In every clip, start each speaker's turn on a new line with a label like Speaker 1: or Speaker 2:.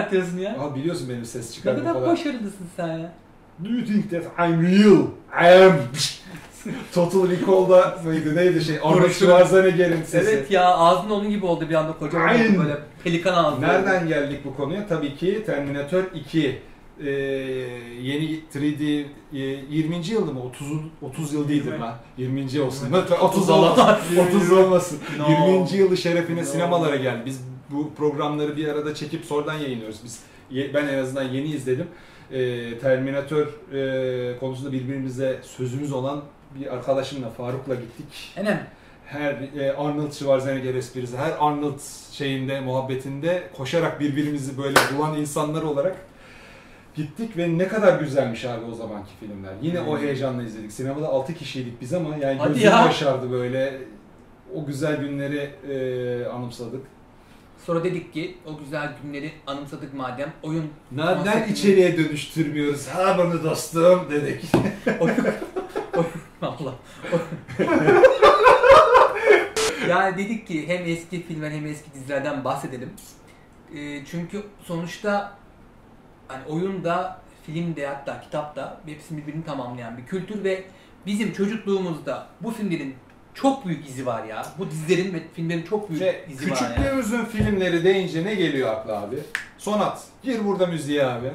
Speaker 1: çıkartıyorsun ya.
Speaker 2: Abi biliyorsun benim ses
Speaker 1: Ne
Speaker 2: çıkartma
Speaker 1: kadar
Speaker 2: falan.
Speaker 1: başarılısın sen ya.
Speaker 2: Do you think that I'm real? I am. Total Recall'da mıydı neydi şey? Arnold Schwarzenegger'in sesi.
Speaker 1: Evet ya, ağzın onun gibi oldu bir anda, kocaman
Speaker 2: Aynen.
Speaker 1: oldu böyle pelikan ağzı.
Speaker 2: Nereden geldik bu konuya? Tabii ki Terminator 2. Yeni 3D 20. yıldı mı? 30 yıl değildir lan. 20. olsun. 30 olmasın. 30 olmasın.
Speaker 1: No.
Speaker 2: 20. yılı şerefine
Speaker 1: No.
Speaker 2: sinemalara geldi. Biz bu programları bir arada çekip sonradan yayınlıyoruz. Ben en azından yeni izledim. Terminator konusunda birbirimize sözümüz olan bir arkadaşımla, Faruk'la gittik.
Speaker 1: Enem.
Speaker 2: Her Arnold Schwarzenegger esprisi, her Arnold şeyinde, muhabbetinde koşarak birbirimizi böyle bulan insanlar olarak gittik ve ne kadar güzelmiş abi o zamanki filmler. Yine o heyecanla izledik. Sinemada 6 kişiydik biz ama yani
Speaker 1: Hadi
Speaker 2: gözüm
Speaker 1: ya.
Speaker 2: yaşardı böyle. O güzel günleri anımsadık.
Speaker 1: Sonra dedik ki o güzel günleri anımsadık madem, oyun
Speaker 2: Neden
Speaker 1: konseptini-
Speaker 2: içeriye dönüştürmüyoruz? Ha bunu dostum dedik.
Speaker 1: Allah. Yani dedik ki hem eski filmler hem eski dizilerden bahsedelim. Çünkü sonuçta hani oyunda, filmde, hatta kitapta hepsini birbirini tamamlayan bir kültür ve bizim çocukluğumuzda bu filmlerin çok büyük izi var ya. Bu dizilerin ve filmlerin çok büyük
Speaker 2: Ve
Speaker 1: izi var ya.
Speaker 2: küçüklüğümüzün filmleri deyince ne geliyor akla abi? Sonat. Gir burada müziğe abi.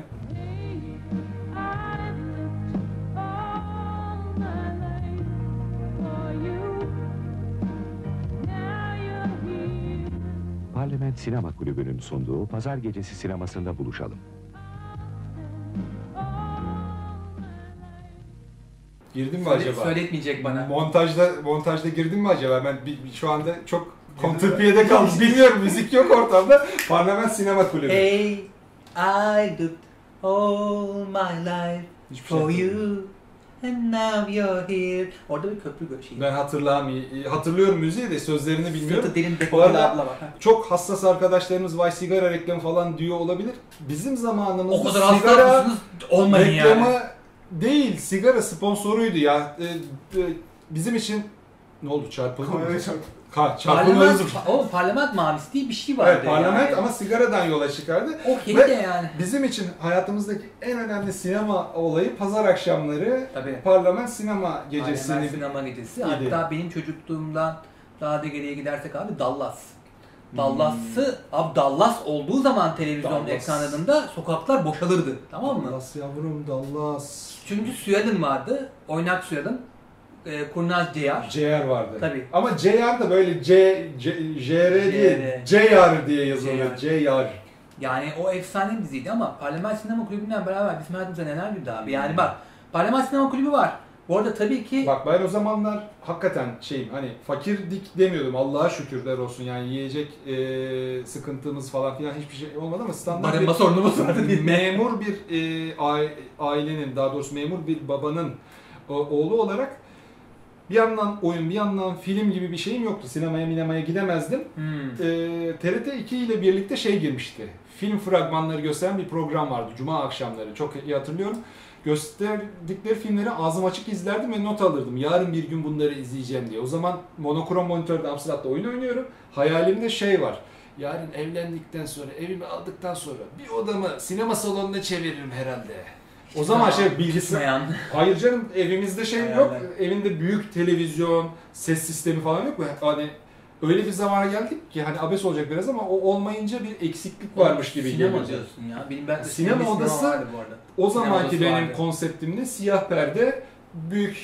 Speaker 3: Parlament Sinema Kulübü'nün sunduğu Pazar Gecesi sinemasında buluşalım.
Speaker 2: Girdin mi acaba?
Speaker 1: Söyletmeyecek bana.
Speaker 2: Montajda girdin mi acaba? Ben şu anda çok kontrpiyede kaldım. Bilmiyorum, müzik yok ortamda. Parlament Sinema Kulübü.
Speaker 1: Hey, I looked all my life
Speaker 2: Hiçbir şey
Speaker 1: for
Speaker 2: hatırlamıyorum.
Speaker 1: you and now you're here. Orada bir köprü şeyi.
Speaker 2: Ben hatırlıyorum müziği de sözlerini bilmiyorum.
Speaker 1: Sırtı derin
Speaker 2: Bu
Speaker 1: dekolteli
Speaker 2: arada
Speaker 1: abla var.
Speaker 2: çok hassas arkadaşlarımız vay sigara reklamı falan diyor olabilir. Bizim zamanımızda
Speaker 1: O kadar hasta
Speaker 2: sigara
Speaker 1: mısınız? Olmayın
Speaker 2: reklamı
Speaker 1: yani.
Speaker 2: değil, sigara sponsoruydu ya. Bizim için ne oldu, çarpıldı mı? Çarpılmamız
Speaker 1: Oğlum parlament mavisi diye bir şey vardı.
Speaker 2: Evet, parlament
Speaker 1: yani.
Speaker 2: ama sigaradan yola çıkardı.
Speaker 1: Okey
Speaker 2: Ve
Speaker 1: de yani.
Speaker 2: bizim için hayatımızdaki en önemli sinema olayı pazar akşamları
Speaker 1: Tabii.
Speaker 2: Parlament Sinema Gecesi'ni.
Speaker 1: Parlament sinema gecesi.
Speaker 2: idi.
Speaker 1: Hatta benim çocukluğumdan daha da geriye gidersek abi Dallas. Dallas'ı, abi Dallas olduğu zaman televizyon
Speaker 2: Dallas.
Speaker 1: ekranlarında sokaklar boşalırdı. Tamam mı?
Speaker 2: Dallas yavrum, Dallas.
Speaker 1: Çünkü Suyaden vardı. Oynak Suyaden. Kurnaz Ceyar.
Speaker 2: JR vardı.
Speaker 1: Tabii.
Speaker 2: Ama JR da böyle JR diye, JR diye yazılıyor. JR.
Speaker 1: Yani o efsane bir diziydi ama Parlament Sinema Kulübü'nden beraber bizim hayatımıza neler girdi abi. Yani bak, Parlament Sinema Kulübü var. Bu arada tabii ki...
Speaker 2: Bak ben o zamanlar hakikaten hani fakirdik demiyordum, Allah'a şükürler olsun, yani yiyecek sıkıntımız falan filan hiçbir şey olmadı ama standart
Speaker 1: barınma sorunumuz vardı.
Speaker 2: memur bir ailenin, daha doğrusu memur bir babanın oğlu olarak bir yandan oyun, bir yandan film gibi bir şeyim yoktu. Sinemaya gidemezdim. TRT 2 ile birlikte girmişti. Film fragmanları gösteren bir program vardı. Cuma akşamları. Çok iyi hatırlıyorum. Gösterdikleri filmleri ağzım açık izlerdim ve not alırdım. Yarın bir gün bunları izleyeceğim diye. O zaman monokrom monitörde Amsterdam'da oyun oynuyorum. Hayalimde var. Yarın evlendikten sonra, evimi aldıktan sonra bir odamı sinema salonuna çeviririm herhalde. O zaman bilgisayar... Hayır canım, evimizde yok. Evinde büyük televizyon, ses sistemi falan yok mu? Hani öyle bir zamana geldik ki hani abes olacak biraz ama o olmayınca bir eksiklik varmış gibi geliyor.
Speaker 1: Sinema diyorsun ya. Benim
Speaker 2: sinema odası
Speaker 1: vardı bu arada.
Speaker 2: o zamanki benim konseptimde siyah perde, büyük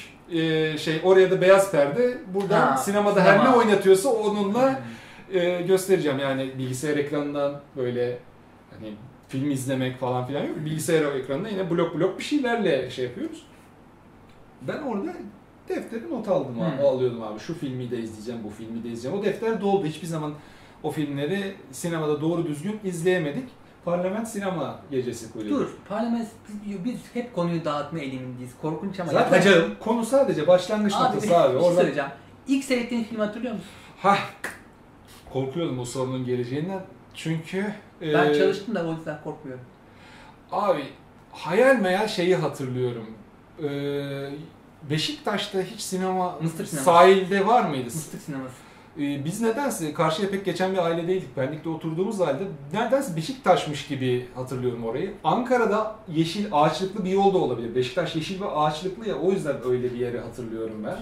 Speaker 2: oraya da beyaz perde. Buradan sinemada her ne oynatıyorsa onunla göstereceğim. Yani bilgisayar ekranından böyle hani film izlemek falan filan yok. Bilgisayar ekranında yine blok bir şeylerle yapıyoruz. Ben orada defteri not alıyordum abi. Şu filmi de izleyeceğim, bu filmi de izleyeceğim. O defter doldu. Hiçbir zaman o filmleri sinemada doğru düzgün izleyemedik. Parlament Sinema Gecesi Kulübü.
Speaker 1: Dur, Parlament, biz hep konuyu dağıtma eğilimindeyiz. Korkunç ama
Speaker 2: zaten
Speaker 1: yapacağım.
Speaker 2: Konu sadece başlangıç noktası abi.
Speaker 1: Bir şey söyleyeceğim. İlk seyrettiğin filmi hatırlıyor musun?
Speaker 2: Korkuyordum o sorunun geleceğinden. Çünkü...
Speaker 1: Ben çalıştım da o yüzden korkmuyorum.
Speaker 2: Abi, hayal meyal hatırlıyorum. Beşiktaş'ta hiç sinema
Speaker 1: Mıstık sineması.
Speaker 2: Sahilde var mıydı?
Speaker 1: Mıstık sineması.
Speaker 2: Biz nedense karşıya pek geçen bir aile değildik. Pendik'te oturduğumuz halde nedense Beşiktaş'mış gibi hatırlıyorum orayı. Ankara'da yeşil ağaçlıklı bir yol da olabilir. Beşiktaş yeşil ve ağaçlıklı ya, o yüzden öyle bir yeri hatırlıyorum ben.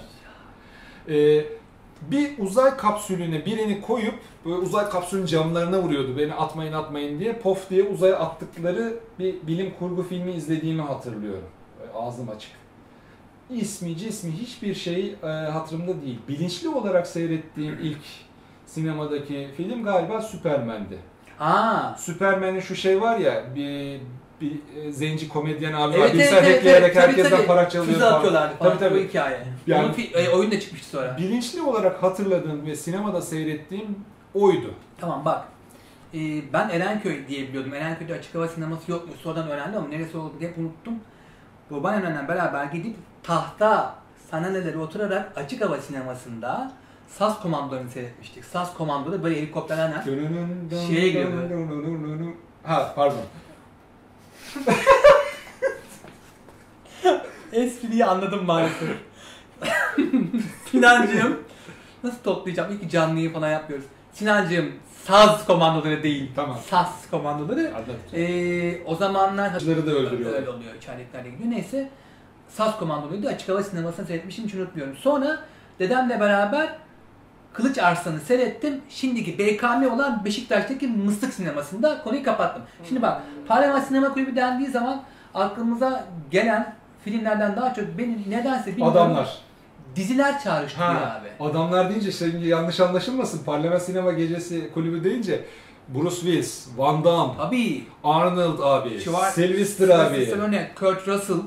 Speaker 2: Bir uzay kapsülüne birini koyup böyle uzay kapsülünün camlarına vuruyordu beni atmayın atmayın diye. Pof diye uzaya attıkları bir bilim kurgu filmi izlediğimi hatırlıyorum. Böyle ağzım açık. İsmi cismi hiçbir şey hatırımda değil. Bilinçli olarak seyrettiğim ilk sinemadaki film galiba Superman'di. Superman'in şu şey var ya, bir zenci komedyen abi var. Bilgisayar hackleyerek herkesten para çalıyor.
Speaker 1: Füze atıyorlardı falan.
Speaker 2: Tabii.
Speaker 1: O hikaye.
Speaker 2: Yani,
Speaker 1: oyun da çıkmıştı sonra.
Speaker 2: Bilinçli olarak hatırladığım ve sinemada seyrettiğim oydu.
Speaker 1: Tamam bak. Ben Erenköy diye biliyordum. Erenköy'de açık hava sineması yokmuş. Sonradan öğrendim ama neresi oldu diye unuttum. Babaannemle beraber gidip tahta sandalyeleri oturarak açık hava sinemasında SAS komandolarını seyretmiştik. SAS komandoları böyle helikopterlerden şeye giriyordu.
Speaker 2: Ha pardon.
Speaker 1: Espriyi anladım maalesef. Sinancığım, nasıl toplayacağım? İyi ki canlıyı falan yapmıyoruz. Sinancığım, saz komandoları değil.
Speaker 2: Tamam.
Speaker 1: SAS komandoları. O zamanlar
Speaker 2: Açıkları da öldürüyorlar.
Speaker 1: Öyle oluyor. İçeriklerde gidiyor. Neyse. SAS komandolarıydı. Açık hava sinemasını seyretmişim, hiç unutmuyorum. Sonra dedemle beraber Kılıç Arslan'ı seyrettim. Şimdiki BKM olan Beşiktaş'taki Mıstık sinemasında konuyu kapattım. Şimdi bak, Parlament Sinema Kulübü dendiği zaman aklımıza gelen filmlerden daha çok beni nedense bilmiyorum.
Speaker 2: Adamlar.
Speaker 1: Diziler çağrıştırıyor abi.
Speaker 2: Adamlar deyince şimdi yanlış anlaşılmasın. Parlament Sinema Gecesi Kulübü deyince Bruce Willis, Van Damme,
Speaker 1: Abi,
Speaker 2: Arnold abi, Sylvester abi,
Speaker 1: Stallone, Kurt Russell.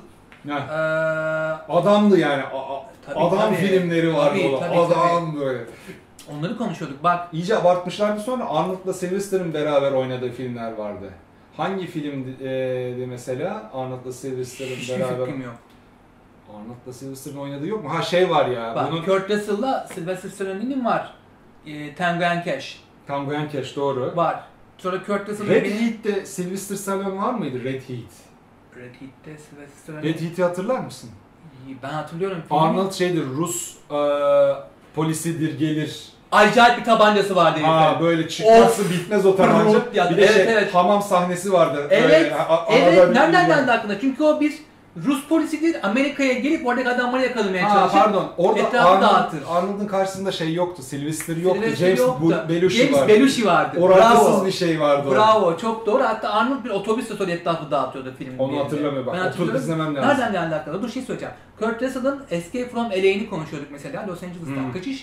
Speaker 2: Adamdı yani. Adam
Speaker 1: tabii.
Speaker 2: filmleri vardı
Speaker 1: Tabii.
Speaker 2: Adam böyle.
Speaker 1: Onları konuşuyorduk bak.
Speaker 2: İyice abartmışlardı, sonra Arnold'la Sylvester'ın beraber oynadığı filmler vardı. Hangi filmdi mesela Arnold'la Sylvester'ın beraber?
Speaker 1: Hiçbir fikrim yok.
Speaker 2: Arnold'la Sylvester'ın oynadığı yok mu? Ha şey var ya.
Speaker 1: Bak Kurt Russell'la Sylvester Stallone'nin var. Tango and Cash.
Speaker 2: Tango and Cash doğru.
Speaker 1: Var. Sonra Kurt Russell'la
Speaker 2: Red Heat'te Sylvester Stallone var mıydı? Red Heat.
Speaker 1: Red Heat'te Sylvester Stallone.
Speaker 2: Red Heat'i hatırlar mısın?
Speaker 1: Ben hatırlıyorum filmi.
Speaker 2: Arnold şeydir, Rus polisidir, gelir.
Speaker 1: Acayip bir tabancası vardı herifin.
Speaker 2: Böyle çıkması bitmez o tabanca. Bir de
Speaker 1: evet.
Speaker 2: hamam sahnesi vardı.
Speaker 1: Evet. Nereden geldi aklına? Çünkü o bir Rus polisidir. Amerika'ya gelip oradaki adamları yakalamaya çalışır.
Speaker 2: Pardon. Orada
Speaker 1: etrafı dağıtır.
Speaker 2: Arnold'un karşısında şey yoktu. Sylvester yoktu.
Speaker 1: Sylvester
Speaker 2: James Belushi vardı.
Speaker 1: Bravo.
Speaker 2: Bir şey vardı.
Speaker 1: Bravo. Çok doğru. Hatta Arnold bir otobüsle sonra etrafı dağıtıyordu filmde.
Speaker 2: Onu hatırlamıyorum bak. Oturup izlemem lazım.
Speaker 1: Nereden geldi aklına? Dur şey söyleyeceğim. Kurt Russell'ın Escape from LA'ni konuşuyorduk mesela. Los Angeles'tan kaçış.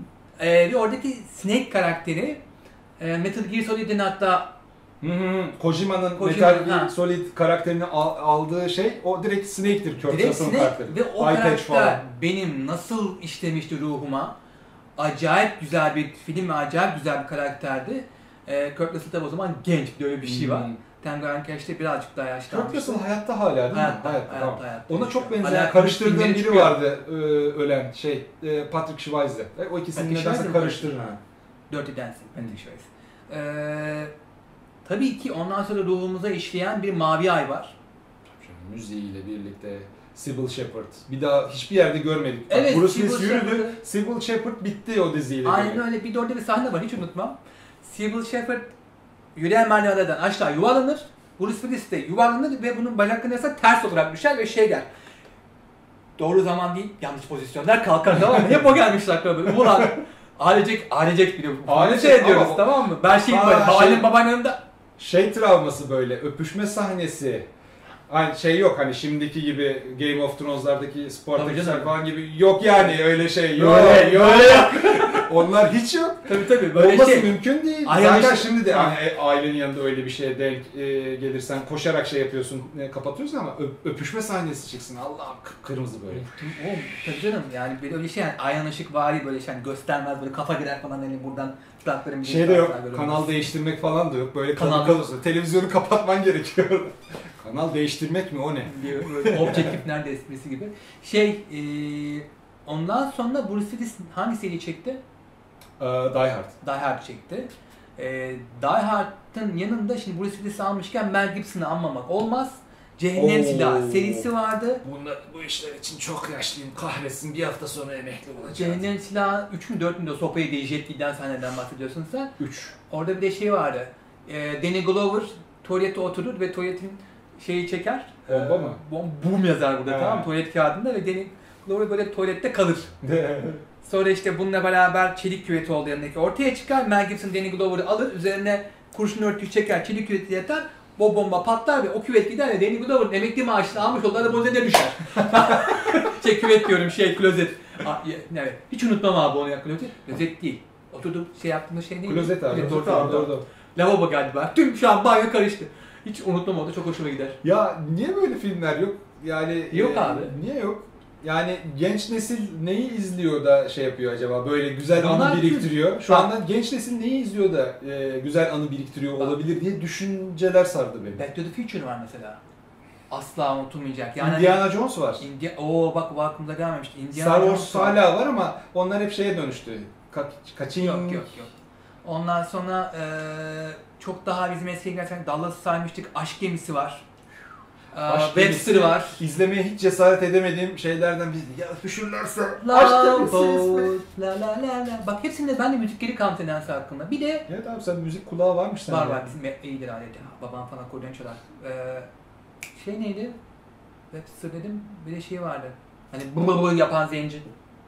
Speaker 1: Ve oradaki Snake karakteri Metal Gear Solid'in hatta
Speaker 2: Kojima'nın Metal Gear Solid karakterini aldığı şey o direkt Snake'tir, Kurt Russell'ın karakteri.
Speaker 1: Ve o karakter benim nasıl işlemişti ruhuma. Acayip güzel bir film ve acayip güzel bir karakterdi. Kurt Russell tabi o zaman genç, böyle bir şey var. Tango and Cash'te birazcık daha yaşlanmıştı.
Speaker 2: Kurt Russell hayatta hala değil mi?
Speaker 1: Hayatta.
Speaker 2: Ona çok benzeyen, karıştırdığım biri vardı ölen Patrick Swayze. O ikisini nedense karıştırır.
Speaker 1: Dirty Dancing, Patrick Swayze. Tabii ki ondan sonra ruhumuza işleyen bir Mavi Ay var.
Speaker 2: Müziğiyle birlikte Sybil Shepherd. Bir daha hiçbir yerde görmedik.
Speaker 1: Evet,
Speaker 2: Bruce Willis yürüdü, Sybil Shepherd bitti o diziyle.
Speaker 1: Aynen öyle. Bir de orada bir sahne var, hiç unutmam. Sybil Shepherd yürüyen merdivenlerden aşağı yuvarlanır. Bruce Willis de yuvarlanır ve bunun bacaklarını ise ters olarak düşer ve şey der. Doğru zaman değil, yanlış pozisyonlar kalkar, tamam mı? Hep o gelmiş aklıma böyle. Ulan ailecek biliyor. Ailecek ediyoruz, tamam mı? Ben böyle babaannem de
Speaker 2: şey travması böyle, öpüşme sahnesi. Hani şey yok, hani şimdiki gibi Game of Thrones'lardaki Spartaküsler falan gibi yok yani, öyle şey yok. Yok. Onlar hiç yok.
Speaker 1: Tabii böyle
Speaker 2: olması
Speaker 1: şey.
Speaker 2: Mümkün değil. Zaten şimdi de hani ailenin yanında öyle bir şeye denk gelirsen koşarak şey yapıyorsun, kapatıyorsun ama öpüşme sahnesi çıksın. Allah'ım kırmızı böyle.
Speaker 1: Tabii canım, yani böyle şey, yani aynen ışık vari böyle şey, yani göstermez, böyle kafa girer falan, hani buradan kulaklarım
Speaker 2: şey de yok. Kanal değiştirmek falan da yok. Böyle kalırsa televizyonu kapatman gerekiyor. Kanal değiştirmek mi, o ne?
Speaker 1: Objektif nerede esprisi gibi. Ondan sonra Bruce Willis hangi seriyi çekti?
Speaker 2: Die Hard.
Speaker 1: Die Hard çekti. Die Hard'ın yanında şimdi Bruce Willis'i almışken Mel Gibson'ı anmamak olmaz. Cehennem
Speaker 2: Oo.
Speaker 1: Silahı serisi vardı.
Speaker 2: Bu işler için çok yaşlıyım. Kahretsin, bir hafta sonra emekli olacağım.
Speaker 1: Cehennem Silahı 3 mü 4 mü de o sopayı değiştirdiğinden sahneden bahsediyorsun sen.
Speaker 2: 3.
Speaker 1: Orada bir de şey vardı. Danny Glover tuvalete oturur ve tuvaletin şeyi çeker.
Speaker 2: Bomba mı?
Speaker 1: Boom yazar burada,
Speaker 2: He.
Speaker 1: tamam mı? Tuvalet kağıdında ve Danny Glover böyle tuvalette kalır. Sonra işte bununla beraber çelik küveti olduğu yanındaki ortaya çıkar. Mel Gibson Danny Glover'ı alır, üzerine kurşun örtüyü çeker, çelik küveti yatar. O bomba patlar ve o küvet gider ve Danny Glover'ın emekli maaşını almış olduğu arabanın üzerine düşer. Küvet diyorum, klozet. Evet, hiç unutmam abi onu ya, klozet. Klozet değil. Oturduk yaptığımız şey neydi?
Speaker 2: Klozet abi.
Speaker 1: Doğru. Lavabo galiba. Tüm şu an banyo karıştı. Hiç unutmam, o da çok hoşuma gider.
Speaker 2: Ya niye böyle filmler yok? Yani
Speaker 1: Yok abi.
Speaker 2: Niye yok? Yani genç nesil neyi izliyor da şey yapıyor acaba? Böyle güzel anı biriktiriyor. Şu anda genç nesil neyi izliyor da güzel anı biriktiriyor olabilir diye düşünceler sardı beni.
Speaker 1: Back to the Future var mesela. Asla unutulmayacak. Yani
Speaker 2: Indiana Jones var.
Speaker 1: Bak bu aklımda gelmemişti.
Speaker 2: Star Wars hala var ama onlar hep şeye dönüştü. Kaçın.
Speaker 1: Yok. Ondan sonra çok daha bizim eskiye gerçekten Dallas'ı saymıştık. Aşk Gemisi var. Webster var.
Speaker 2: İzlemeye hiç cesaret edemediğim şeylerden biri. Ya öpüşürlerse
Speaker 1: Love Boat, la. Bak hepsinde ben de müzikleri kamtenansı hakkında. Bir de
Speaker 2: evet abi, sen müzik kulağı varmış sende.
Speaker 1: var bizim iyidir aleti. Babam falan akordeon çalar. Şey neydi? Webster dedim. Bir de şey vardı. Hani bı yapan zenci.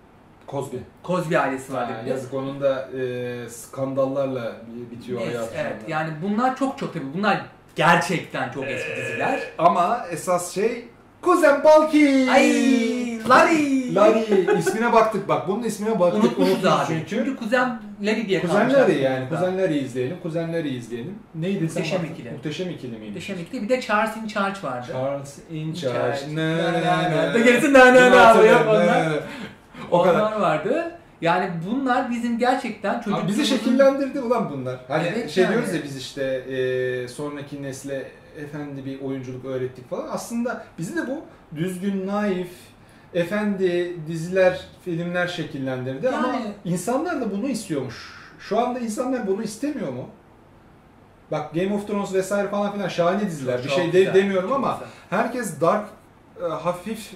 Speaker 1: Cosby ailesi vardı.
Speaker 2: Yazık, onun da skandallarla bitiyor hayatı.
Speaker 1: Evet, yani bunlar çok tabii. Bunlar gerçekten çok eski diziler.
Speaker 2: Ama esas şey Kuzen Balki.
Speaker 1: Ay,
Speaker 2: Larry ismine baktık bak. Bunun ismine baktık.
Speaker 1: Unutmuşuz abi.
Speaker 2: Çünkü
Speaker 1: Kuzen Larry diye kalmış.
Speaker 2: Kuzen Larry yani. Kuzen Larry izleyelim. Kuzen Larry izleyelim. Neydi sen?
Speaker 1: Muhteşem İkili.
Speaker 2: Muhteşem İkili miydi?
Speaker 1: Muhteşem İkili. Bir de Charles in Charge vardı.
Speaker 2: Charles in Charge.
Speaker 1: Gerisi ne abi onlar.
Speaker 2: O kadar.
Speaker 1: Onlar vardı. Yani bunlar bizim gerçekten çocukluğumuzun...
Speaker 2: Bizi şekillendirdi ulan bunlar. Hani
Speaker 1: evet,
Speaker 2: diyoruz ya biz işte sonraki nesle efendi bir oyunculuk öğrettik falan. Aslında bizi de bu düzgün, naif, efendi diziler, filmler şekillendirdi.
Speaker 1: Yani...
Speaker 2: Ama insanlar da bunu istiyormuş. Şu anda insanlar bunu istemiyor mu? Bak Game of Thrones vesaire falan filan şahane diziler.
Speaker 1: Çok
Speaker 2: bir şey
Speaker 1: güzel,
Speaker 2: demiyorum ama
Speaker 1: güzel.
Speaker 2: herkes dark, hafif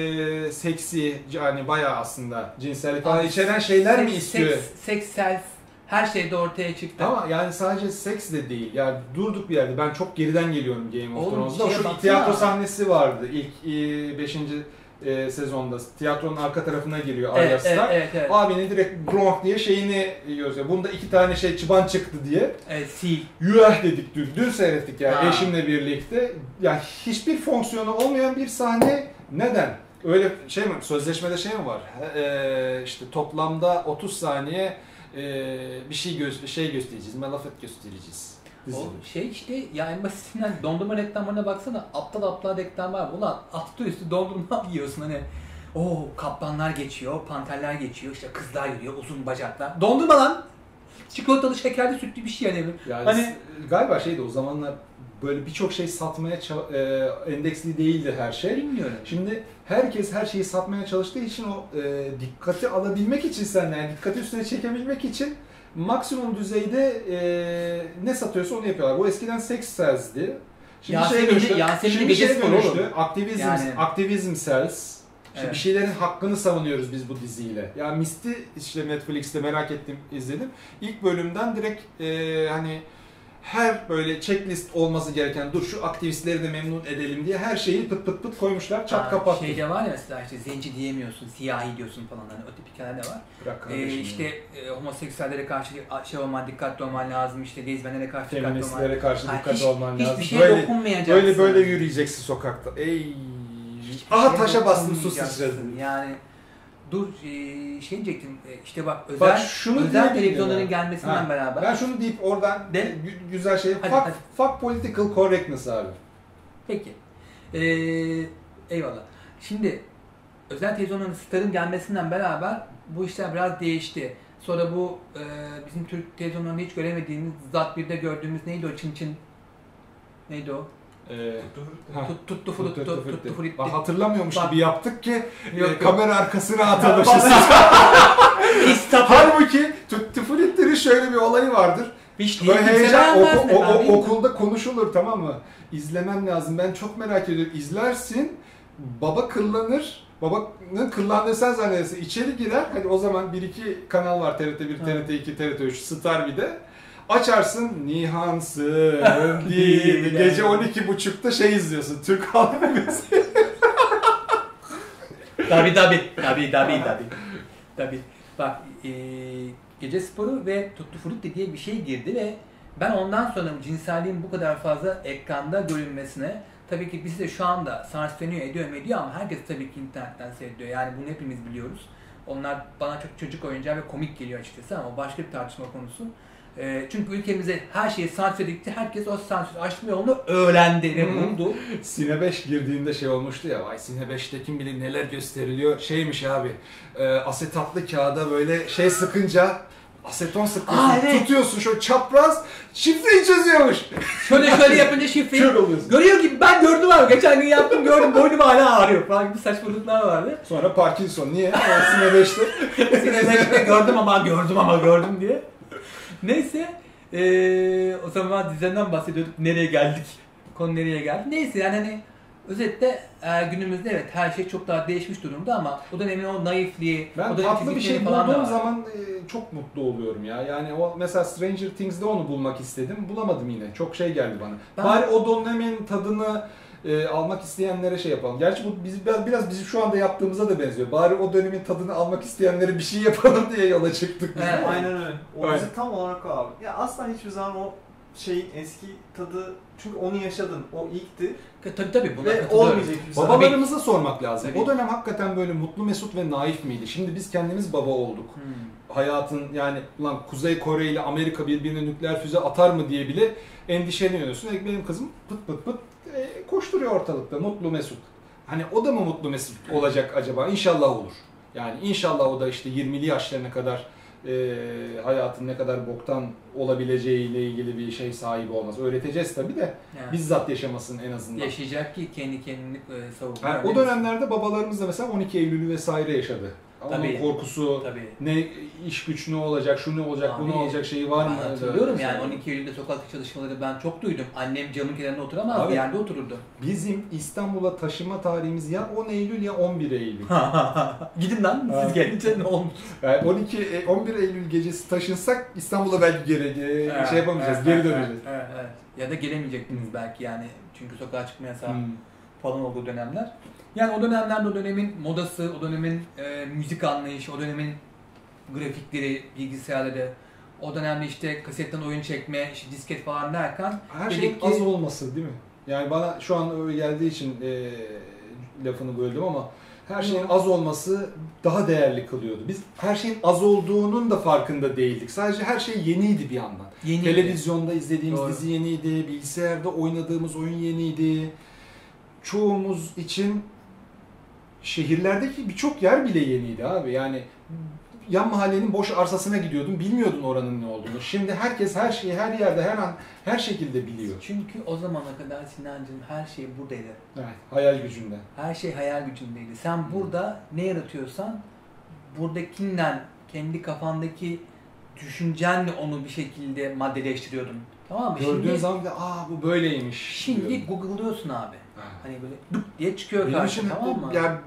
Speaker 2: seksi, yani bayağı aslında cinsellik falan içeren şeyler mi istiyor?
Speaker 1: Seks, her şeyde ortaya çıktı.
Speaker 2: Ama yani sadece seks de değil. Yani durduk bir yerde. Ben çok geriden geliyorum Game of Thrones'da.
Speaker 1: Şeye
Speaker 2: Şu
Speaker 1: baksana.
Speaker 2: tiyatro sahnesi vardı ilk 5. sezonda. Tiyatronun arka tarafına giriyor Arya Stark.
Speaker 1: Evet.
Speaker 2: Abinin direkt bronk diye şeyini yiyoruz. Yani bunda 2 tane çıban çıktı diye.
Speaker 1: Sil.
Speaker 2: Yuh dedik dün seyrettik yani
Speaker 1: Ha.
Speaker 2: eşimle birlikte. Yani hiçbir fonksiyonu olmayan bir sahne. Neden? Öyle şey mi? Sözleşmede şey mi var? İşte toplamda 30 saniye bir şey göstereceğiz, malafet göstereceğiz.
Speaker 1: O şey işte ya en basitinden dondurma reklamlarına baksana, aptal reklam var. Ulan altı üstü dondurma yiyorsun hani. Kaplanlar geçiyor, panterler geçiyor, işte kızlar yürüyor, uzun bacaklar. Dondurma lan! Çikolatalı, şekerli, sütlü bir şey yani.
Speaker 2: Hani galiba şeydi o zamanlar böyle birçok şey satmaya endeksli değildi her şey.
Speaker 1: Bilmiyorum.
Speaker 2: Şimdi herkes her şeyi satmaya çalıştığı için o dikkati alabilmek için yani dikkati üstüne çekebilmek için maksimum düzeyde ne satıyorsa onu yapıyorlar. Bu eskiden sex sells'di. Şimdi
Speaker 1: Yasemin'in gecesi var oğlum.
Speaker 2: Aktivizm sells. İşte
Speaker 1: Evet.
Speaker 2: bir şeylerin hakkını savunuyoruz biz bu diziyle. Ya Mist'i işte Netflix'te merak ettim, izledim. İlk bölümden direkt hani her böyle checklist olması gereken, dur şu aktivistleri de memnun edelim diye her şeyi pıt koymuşlar, çat kapattı.
Speaker 1: Şeyde var ya mesela işte zenci diyemiyorsun, siyahi diyorsun falan, hani o tip hikayeler de var.
Speaker 2: Bırak
Speaker 1: İşte homoseksüellere karşı dikkatli olman lazım, işte lezbiyenlere karşı dikkatli olman lazım.
Speaker 2: Feministlere karşı dikkatli olman lazım.
Speaker 1: Hiçbir şeye dokunmayacaksın.
Speaker 2: Böyle yürüyeceksin sokakta. Aha taşa bastım, su sıçradı.
Speaker 1: Yani dur şey diyecektim, işte bak
Speaker 2: şunu
Speaker 1: özel televizyonların gelmesinden beraber.
Speaker 2: Ben şunu deyip oradan güzel şey,
Speaker 1: hadi.
Speaker 2: fuck political correctness abi.
Speaker 1: Peki. Eyvallah. Şimdi özel televizyonların, Star'ın gelmesinden beraber bu işler biraz değişti. Sonra bu bizim Türk televizyonlarında hiç göremediğimiz, Zat 1'de gördüğümüz neydi o çin neydi o? Tuttu furitti.
Speaker 2: Hatırlamıyormuş gibi yaptık ki
Speaker 1: Yok.
Speaker 2: kamera arkasına atılmışız. Halbuki Tutti Frutti'nin şöyle bir olayı vardır.
Speaker 1: Vişneyi
Speaker 2: Böyle
Speaker 1: kimse
Speaker 2: heyecan
Speaker 1: beğenmez mi abi?
Speaker 2: okulda konuşulur, tamam mı? İzlemem lazım. Ben çok merak ediyorum. İzlersin. Baba kıllanır. Babanın kıllandığını sen zannedersin. İçeri girer. Hadi o zaman 1-2 kanal var. TRT1, TRT2, TRT3, Star bir de. Açarsın. Nihansın değil. Gece 12.30'da şey izliyorsun. Türk halk müziği.
Speaker 1: Tabii. Bak gece sporu ve Tutti Frutti diye bir şey girdi ve ben ondan sonra cinselliğin bu kadar fazla ekranda görünmesine tabii ki bizi de şu anda sansürleniyor ediyor ama herkes tabii ki internetten seyrediyor. Yani bunu hepimiz biliyoruz. Onlar bana çok çocuk oyuncağı ve komik geliyor açıkçası ama başka bir tartışma konusu. Çünkü ülkemize her şeyi sansür edildi. Herkes o sansür aşma yolunu öğrendi ve buldu.
Speaker 2: Sine 5 girdiğinde şey olmuştu ya, vay Sine 5'te kim bilir neler gösteriliyor. Şeymiş abi, asetatlı kağıda böyle şey sıkınca, aseton sıkıyorsun,
Speaker 1: evet.
Speaker 2: tutuyorsun şöyle çapraz, şifreyi çözüyormuş.
Speaker 1: Şöyle yapınca şifreyi görüyor gibi ben gördüm abi. Geçen gün yaptım gördüm, boynum hala ağrıyor falan gibi saçmalıklar vardı.
Speaker 2: Sonra Parkinson, niye? Sine 5'te.
Speaker 1: Sine 5'te gördüm diye. Neyse, o zaman diziden bahsediyorduk. Nereye geldik? Konu nereye geldi? Neyse yani hani özetle günümüzde evet her şey çok daha değişmiş durumda ama o dönemin o naifliği,
Speaker 2: Ben
Speaker 1: o dönemin
Speaker 2: tatlı bir
Speaker 1: fizikleri
Speaker 2: şey
Speaker 1: falan da
Speaker 2: bulduğum
Speaker 1: var.
Speaker 2: zaman çok mutlu oluyorum ya. Yani o mesela Stranger Things'de onu bulmak istedim. Bulamadım yine. Çok şey geldi bana. Bari o dönemin tadını almak isteyenlere şey yapalım. Gerçi bu biraz bizim şu anda yaptığımıza da benziyor. Bari o dönemin tadını almak isteyenlere bir şey yapalım diye yola çıktık.
Speaker 1: Evet.
Speaker 4: Aynen öyle. O
Speaker 2: Aynen.
Speaker 4: dizi tam olarak o abi. Ya asla hiçbir zaman o şeyin eski tadı, çünkü onu yaşadın, o ilkti
Speaker 1: Tabii buna
Speaker 4: ve
Speaker 1: katılıyorum.
Speaker 4: olmayacak bir zaman.
Speaker 2: Babalarımıza sormak lazım.
Speaker 1: Tabii.
Speaker 2: O dönem hakikaten böyle mutlu mesut ve naif miydi? Şimdi biz kendimiz baba olduk. Hayatın yani ulan Kuzey Kore ile Amerika birbirine nükleer füze atar mı diye bile endişeleniyorsun. Benim kızım pıt pıt koşturuyor ortalıkta mutlu mesut. Hani o da mı mutlu mesut olacak acaba? İnşallah olur. Yani inşallah o da işte 20'li yaşlarına kadar hayatın ne kadar boktan olabileceğiyle ilgili bir şey sahibi olmaz. Öğreteceğiz tabii de
Speaker 1: Yani.
Speaker 2: Bizzat yaşamasın en azından.
Speaker 1: Yaşayacak ki kendi kendini savunma.
Speaker 2: Yani o dönemlerde babalarımız da mesela 12 Eylül'ü vesaire yaşadı.
Speaker 1: Tabii.
Speaker 2: Onun korkusu,
Speaker 1: Tabii.
Speaker 2: ne iş güç ne olacak, şu ne olacak, bu ne olacak şeyi var mı?
Speaker 1: Ben hatırlıyorum yani 12 Eylül'de sokak çalışmaları ben çok duydum. Annem camın kenarında oturamazdı,
Speaker 2: Abi,
Speaker 1: yerde otururdu.
Speaker 2: Bizim İstanbul'a taşıma tarihimiz ya 10 Eylül ya 11 Eylül.
Speaker 1: Gidin lan siz gelince ne olmuş?
Speaker 2: Yani 11 Eylül gecesi taşınsak İstanbul'a belki geri şey yapamayacağız, geri döneceğiz.
Speaker 1: Evet. Ya da gelemeyecektiniz belki yani. Çünkü sokağa çıkma yasağı falan olduğu dönemler. Yani o dönemlerde o dönemin modası, o dönemin müzik anlayışı, o dönemin grafikleri, bilgisayarları, o dönemde işte kasetten oyun çekme, işte disket falan derken
Speaker 2: Her şeyin az olması değil mi? Yani bana şu an öyle geldiği için lafını böldüm ama her şeyin az olması daha değerli kılıyordu. Biz her şeyin az olduğunun da farkında değildik. Sadece her şey yeniydi bir yandan.
Speaker 1: Yeniydi.
Speaker 2: Televizyonda izlediğimiz
Speaker 1: Doğru.
Speaker 2: dizi yeniydi, bilgisayarda oynadığımız oyun yeniydi. Çoğumuz için şehirlerdeki birçok yer bile yeniydi abi. Yani yan mahallenin boş arsasına gidiyordun, bilmiyordun oranın ne olduğunu. Şimdi herkes her şeyi her yerde, her an, her şekilde biliyor.
Speaker 1: Çünkü o zamana kadar Sinancığım her şey buradaydı.
Speaker 2: Evet, hayal gücünden.
Speaker 1: Her şey hayal gücündeydi. Sen burada ne yaratıyorsan buradakinden kendi kafandaki düşüncenle onu bir şekilde maddeleştiriyordun. Tamam mı?
Speaker 2: Gördüğün
Speaker 1: Şimdi,
Speaker 2: zaman da bu böyleymiş.
Speaker 1: şimdi
Speaker 2: diyorum.
Speaker 1: Google'lıyorsun abi.
Speaker 2: Ha.
Speaker 1: Hani böyle dık diye çıkıyor
Speaker 2: Benim
Speaker 1: karşına,
Speaker 2: için
Speaker 1: tamam mı?
Speaker 2: yani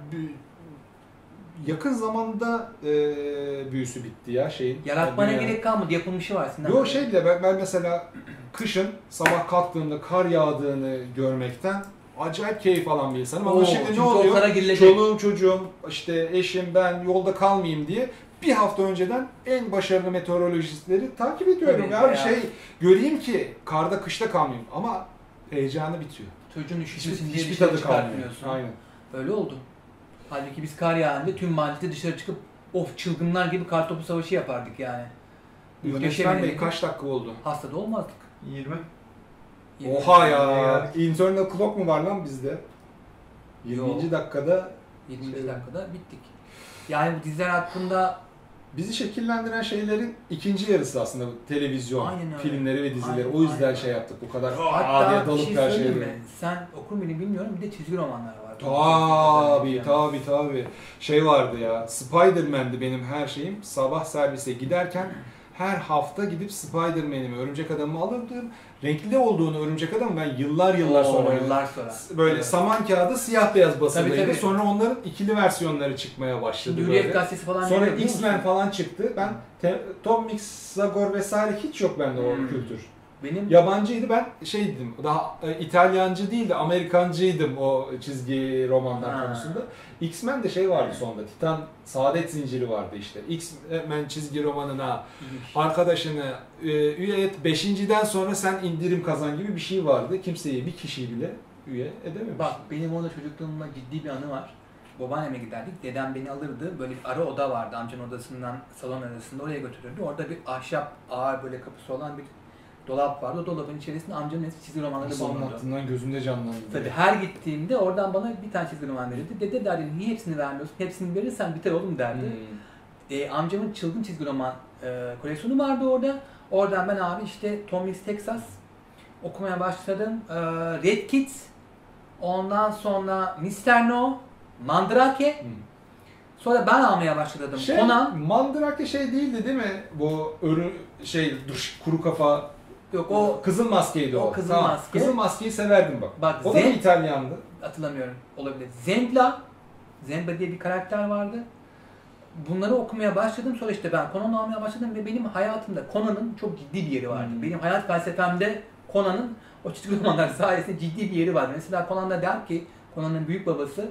Speaker 2: yakın zamanda büyüsü bitti ya şeyin.
Speaker 1: Yaratmana
Speaker 2: Yani
Speaker 1: gerek kalmadı. Yapılmışı var Sinan.
Speaker 2: Yo şey bile ben mesela kışın sabah kalktığımda kar yağdığını görmekten acayip keyif alan bir insanım. Ama şimdi
Speaker 1: çünkü
Speaker 2: ne
Speaker 1: o
Speaker 2: oluyor?
Speaker 1: kara girilecek.
Speaker 2: Çoluğum çocuğum, işte eşim, ben yolda kalmayayım diye bir hafta önceden en başarılı meteorolojistleri takip ediyorum.
Speaker 1: Tabii
Speaker 2: Ya bir
Speaker 1: ya.
Speaker 2: şey göreyim ki karda kışta kalmayayım ama heyecanı bitiyor.
Speaker 1: Çocuğun üşütmesin diye
Speaker 2: Hiçbir
Speaker 1: dışarı
Speaker 2: tadı kalmıyor.
Speaker 1: çıkartmıyorsun.
Speaker 2: Aynen.
Speaker 1: Öyle oldu. Halbuki biz kar yağınca tüm mahallede dışarı çıkıp çılgınlar gibi kartopu savaşı yapardık yani.
Speaker 2: Yönetmen Bey kaç dakika oldu?
Speaker 1: Hastada olmazdık.
Speaker 4: 20.
Speaker 2: Oha ya! Internal clock mu var lan bizde? 20.
Speaker 1: Yo.
Speaker 2: dakikada
Speaker 1: 20.
Speaker 2: Şey-
Speaker 1: dakikada bittik. Yani bu diziler hakkında
Speaker 2: bizi şekillendiren şeylerin ikinci yarısı aslında televizyon,
Speaker 1: Aynen öyle.
Speaker 2: filmleri ve dizileri.
Speaker 1: Aynen,
Speaker 2: O yüzden
Speaker 1: aynen.
Speaker 2: şey yaptık bu kadar.
Speaker 1: hatta
Speaker 2: diye
Speaker 1: bir
Speaker 2: dalıp
Speaker 1: şey
Speaker 2: karşıya
Speaker 1: söyleyeyim
Speaker 2: dönüyoruz.
Speaker 1: mi? Sen okur muydun bilmiyorum, bir de çizgi romanlar var.
Speaker 2: Tabii. Şey vardı ya, Spider-Man'di benim her şeyim. Sabah servise giderken her hafta gidip Spider-Man'imi, Örümcek Adam'ımı alırdım. Renkli olduğunu Örümcek Adam'ı ben yıllar sonra
Speaker 1: yıllar sonra.
Speaker 2: böyle
Speaker 1: Evet.
Speaker 2: saman kağıdı siyah beyaz basılıydı.
Speaker 1: Tabii.
Speaker 2: Sonra onların ikili versiyonları çıkmaya başladı.
Speaker 1: Şimdi
Speaker 2: böyle.
Speaker 1: Hürriyet gazetesi falan
Speaker 2: Sonra
Speaker 1: geliyor, biliyor
Speaker 2: X-Men
Speaker 1: musun?
Speaker 2: falan çıktı. Ben Tom Mix, Zagor vesaire hiç yok bende o kültür.
Speaker 1: Benim
Speaker 2: Yabancıydı, ben şeydim, daha İtalyancı değil de Amerikancıydım o çizgi romanlar konusunda. X-Men de şey vardı sonunda, Titan Saadet Zinciri vardı işte. X-Men çizgi romanına arkadaşını üye et, 5.'den sonra sen indirim kazan gibi bir şey vardı. Kimseyi, bir kişiyi bile üye edememiş.
Speaker 1: Bak benim orada çocukluğumda ciddi bir anı var. Babaanneme giderdik. Dedem beni alırdı. Böyle bir ara oda vardı. Amcanın odasından salon arasında, oraya götürürdü. Orada bir ahşap ağır böyle kapısı olan bir dolap vardı. O dolabın içerisinde amcanın eski çizgi romanları
Speaker 2: Nasıl
Speaker 1: bulunurdu.
Speaker 2: anlattığından gözümde canlandı.
Speaker 1: Tabii her gittiğimde oradan bana bir tane çizgi roman verirdi. Dede derdi, niye hepsini vermiyorsun? Hepsini verirsen biter oğlum derdi. Amcamın çılgın çizgi roman koleksiyonu vardı orada. Oradan ben abi işte Tom Mix Texas okumaya başladım. Red Kit, ondan sonra Mr. No, Mandrake. Sonra ben almaya başladım. Conan.
Speaker 2: Mandrake şey değildi değil mi? Bu kuru kafa.
Speaker 1: Yok o
Speaker 2: Kızıl Maske'ydi o.
Speaker 1: O Kızıl Maske.
Speaker 2: Kızıl Maske'yi severdim bak.
Speaker 1: Bak,
Speaker 2: o da bir İtalyandı.
Speaker 1: hatırlamıyorum, olabilir. Zembla diye bir karakter vardı. Bunları okumaya başladım. Sonra işte ben Conan'ı almaya başladım ve benim hayatımda Conan'ın çok ciddi bir yeri vardı. Benim hayat felsefemde Conan'ın o çizgi romanlar sayesinde ciddi bir yeri vardı. Mesela Conan'da der ki, Conan'ın büyük babası,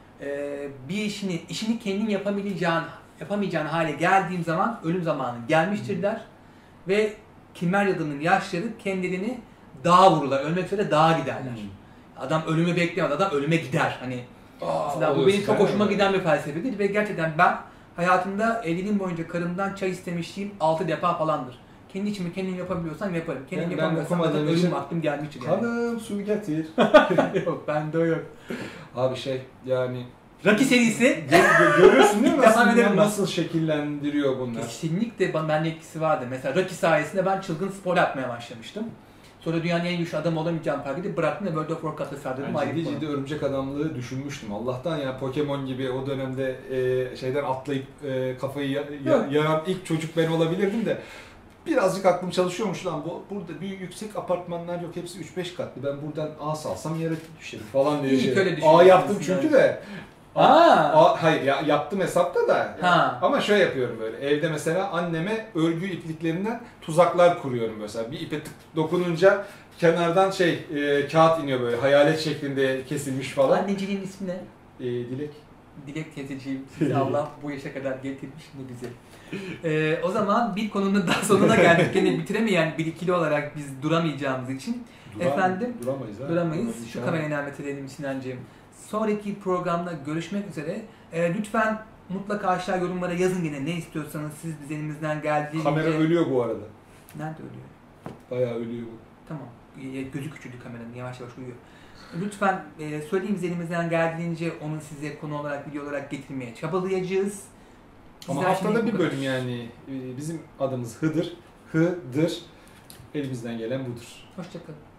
Speaker 1: bir işini kendin yapamayacağın hale geldiğim zaman ölüm zamanı gelmiştir der. Ve Kimmerya'nın yaşları kendilerini dağa vururlar. Ölmek üzere dağa giderler. Adam ölümü beklemez. Adam ölüme gider. Hani mesela bu benim çok hoşuma giden bir felsefedir ve gerçekten ben hayatımda evliliğim boyunca karımdan çay istemişliğim 6 defa falandır. Kendi içimi kendim yapabiliyorsam yaparım. Kendim
Speaker 2: Ben
Speaker 1: yapamıyorsam zaten
Speaker 2: okumadığım
Speaker 1: ölüm
Speaker 2: için-
Speaker 1: vaktim gelmiştir yani.
Speaker 2: Hanım su getir.
Speaker 1: Yok bende o yok.
Speaker 2: Abi yani
Speaker 1: Rocky serisi
Speaker 2: görüyorsun değil mi
Speaker 1: Devam
Speaker 2: aslında
Speaker 1: edelim ben.
Speaker 2: nasıl şekillendiriyor bunlar.
Speaker 1: kesinlikle bende etkisi vardı. Mesela Rocky sayesinde ben çılgın spor yapmaya başlamıştım. Sonra dünyanın en güçlü adamı olamayacağım fark edip bıraktım ve World of Warcraft'a sardırdım.
Speaker 2: Ben ciddi örümcek adamlığı düşünmüştüm. Allah'tan ya Pokemon gibi o dönemde şeyden atlayıp kafayı yaran ilk çocuk ben olabilirdim de birazcık aklım çalışıyormuş lan. Burada bir yüksek apartmanlar yok. Hepsi 3-5 katlı. Ben buradan A salsam yere düşerim falan diye.
Speaker 1: İyi, öyle
Speaker 2: A yaptım
Speaker 1: düşünüyorsun
Speaker 2: çünkü de. Hayır yaptım hesapta da. Ama şöyle yapıyorum böyle. Evde mesela anneme örgü ipliklerinden tuzaklar kuruyorum mesela. Bir ipe dokununca kenardan kağıt iniyor böyle hayalet şeklinde kesilmiş falan.
Speaker 1: Anneciliğin ismi ne?
Speaker 2: Dilek.
Speaker 1: Dilek teyzeciğim, sizi Allah bu yaşa kadar getirmiş mi bize? O zaman bir konunun daha sonuna geldik. Yine bitiremeyen bir ikili olarak biz duramayacağımız için duramayız. Şu kamerayı nermet edelim Sinancığım. Sonraki programda görüşmek üzere. Lütfen mutlaka aşağı yorumlara yazın yine ne istiyorsanız siz biz elimizden geldiğince.
Speaker 2: Kamera ölüyor bu arada.
Speaker 1: Nerede ölüyor?
Speaker 2: Bayağı ölüyor bu.
Speaker 1: Tamam. Gözü küçüldü kameranın, yavaş yavaş uyuyor. Lütfen söylediğimiz elimizden geldiğince onu size konu olarak, video olarak getirmeye çabalayacağız.
Speaker 2: Ama haftada bir bölüm yani. Bizim adımız Hıdır. Elimizden gelen budur.
Speaker 1: Hoşçakalın.